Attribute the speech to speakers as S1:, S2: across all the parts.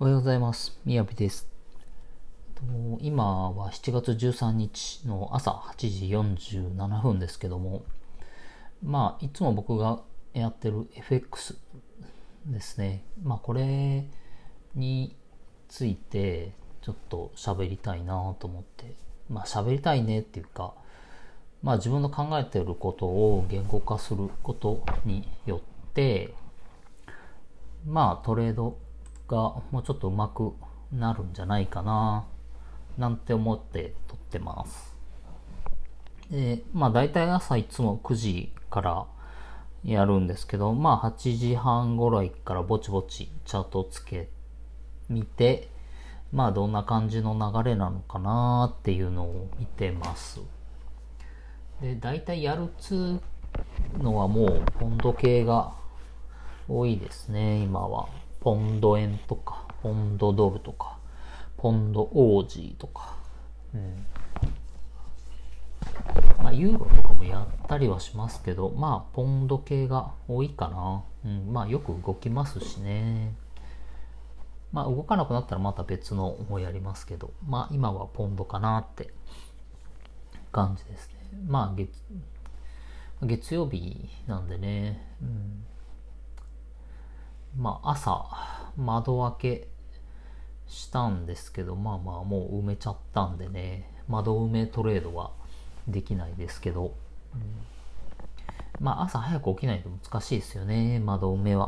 S1: おはようございます。みやびです。今は7月13日の朝8時47分ですけども、いつも僕がやってる FX ですね。これについてちょっと喋りたいなと思って、喋りたいねっていうか、自分の考えていることを言語化することによって、トレードがもうちょっと上手くなるんじゃないかななんて思って撮ってます。大体朝いつも9時からやるんですけど、8時半ぐらいからぼちぼちチャートをつけ見て、どんな感じの流れなのかなっていうのを見てます。で、大体やるつのはもうポンド系が多いですね、今は。ポンド円とか、ポンドドルとか、ポンドオージーとか、ユーロとかもやったりはしますけど、ポンド系が多いかな。よく動きますしね。動かなくなったらまた別のをやりますけど、今はポンドかなって感じですね。月曜日なんでね、朝窓開けしたんですけど、もう埋めちゃったんでね、窓埋めトレードはできないですけど、朝早く起きないと難しいですよね、窓埋めは。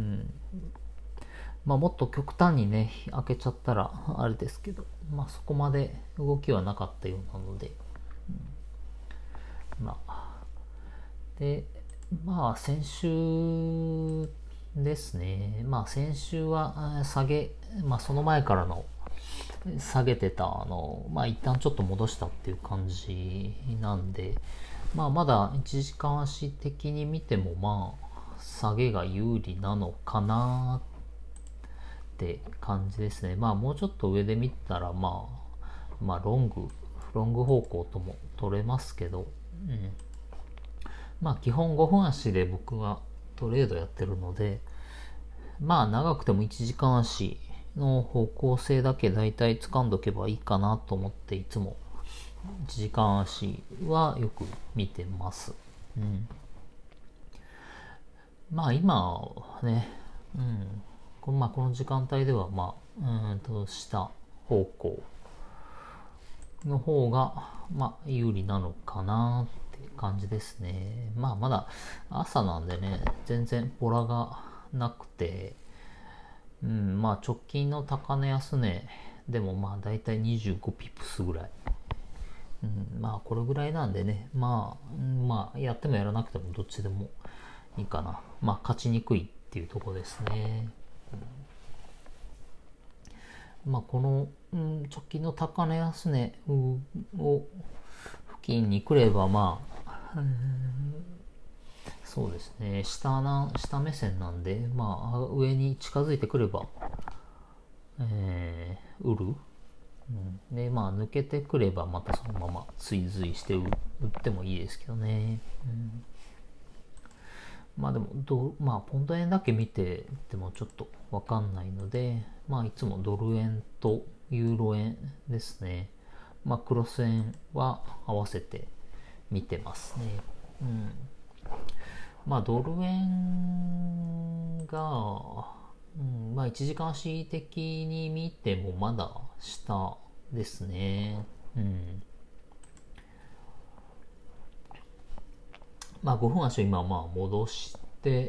S1: もっと極端にね、開けちゃったらあれですけど、そこまで動きはなかったようなので、で、先週ですね。先週は下げ、その前からの下げてた一旦ちょっと戻したっていう感じなんで、まだ1時間足的に見ても下げが有利なのかなって感じですね。もうちょっと上で見たらロング方向とも取れますけど、基本5分足で僕はトレードやってるので、長くても1時間足の方向性だけだいたい掴んどけばいいかなと思って、いつも1時間足はよく見てます。今はね、この時間帯では下方向の方が有利なのかなって感じですね。まだ朝なんでね、全然ボラがなくて、直近の高値安値でもだいたい25ピプスぐらい。これぐらいなんでね、やってもやらなくてもどっちでもいいかな。勝ちにくいっていうところですね。この、直近の高値安値を付近に来ればそうですね、下目線なんで、上に近づいてくれば、売る。で、抜けてくればまたそのまま追随して売ってもいいですけどね。でもポンド円だけ見ててもちょっとわかんないので、いつもドル円とユーロ円ですね。クロス円は合わせて見てますね。ドル円が、1時間足的に見てもまだ下ですね。5分足を今戻して、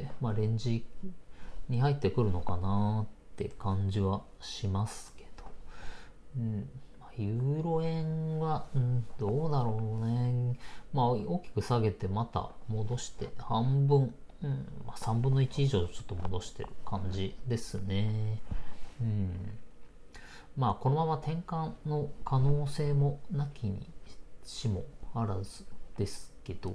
S1: レンジに入ってくるのかなって感じはしますけど、ユーロ円は、どうだろうね。大きく下げてまた戻して半分、3分の1以上ちょっと戻してる感じですね。このまま転換の可能性もなきにしもあらずですけど、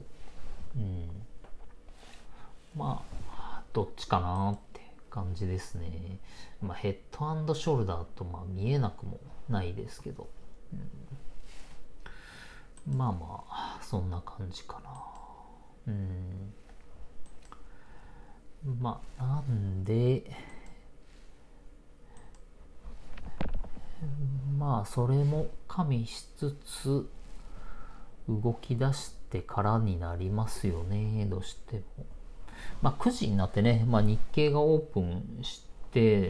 S1: どっちかなって感じですね。ヘッド&ショルダーと見えなくもないですけど、そんな感じかな。なんでまあそれも加味しつつ動き出してからになりますよね、どうしても。まあ9時になってね、日経がオープンして、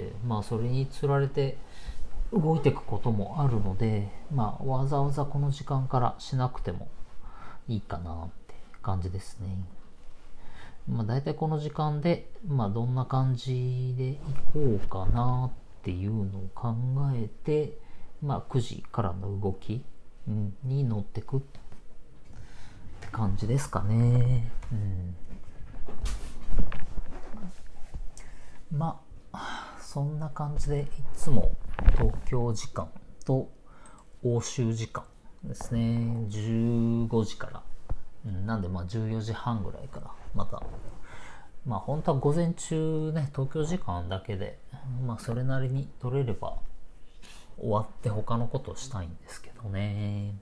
S1: それにつられて動いていくこともあるので、わざわざこの時間からしなくてもいいかなって感じですね。だいたいこの時間で、どんな感じでいこうかなっていうのを考えて、9時からの動きに乗ってくって感じですかね。そんな感じでいつも東京時間と欧州時間ですね、15時から、なんで14時半ぐらいからまた、本当は午前中ね、東京時間だけでそれなりに取れれば終わって他のことをしたいんですけどね。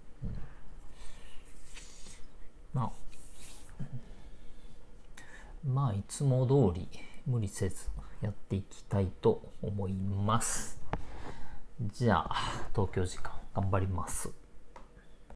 S1: いつも通り無理せずやっていきたいと思います。じゃあ東京時間頑張ります。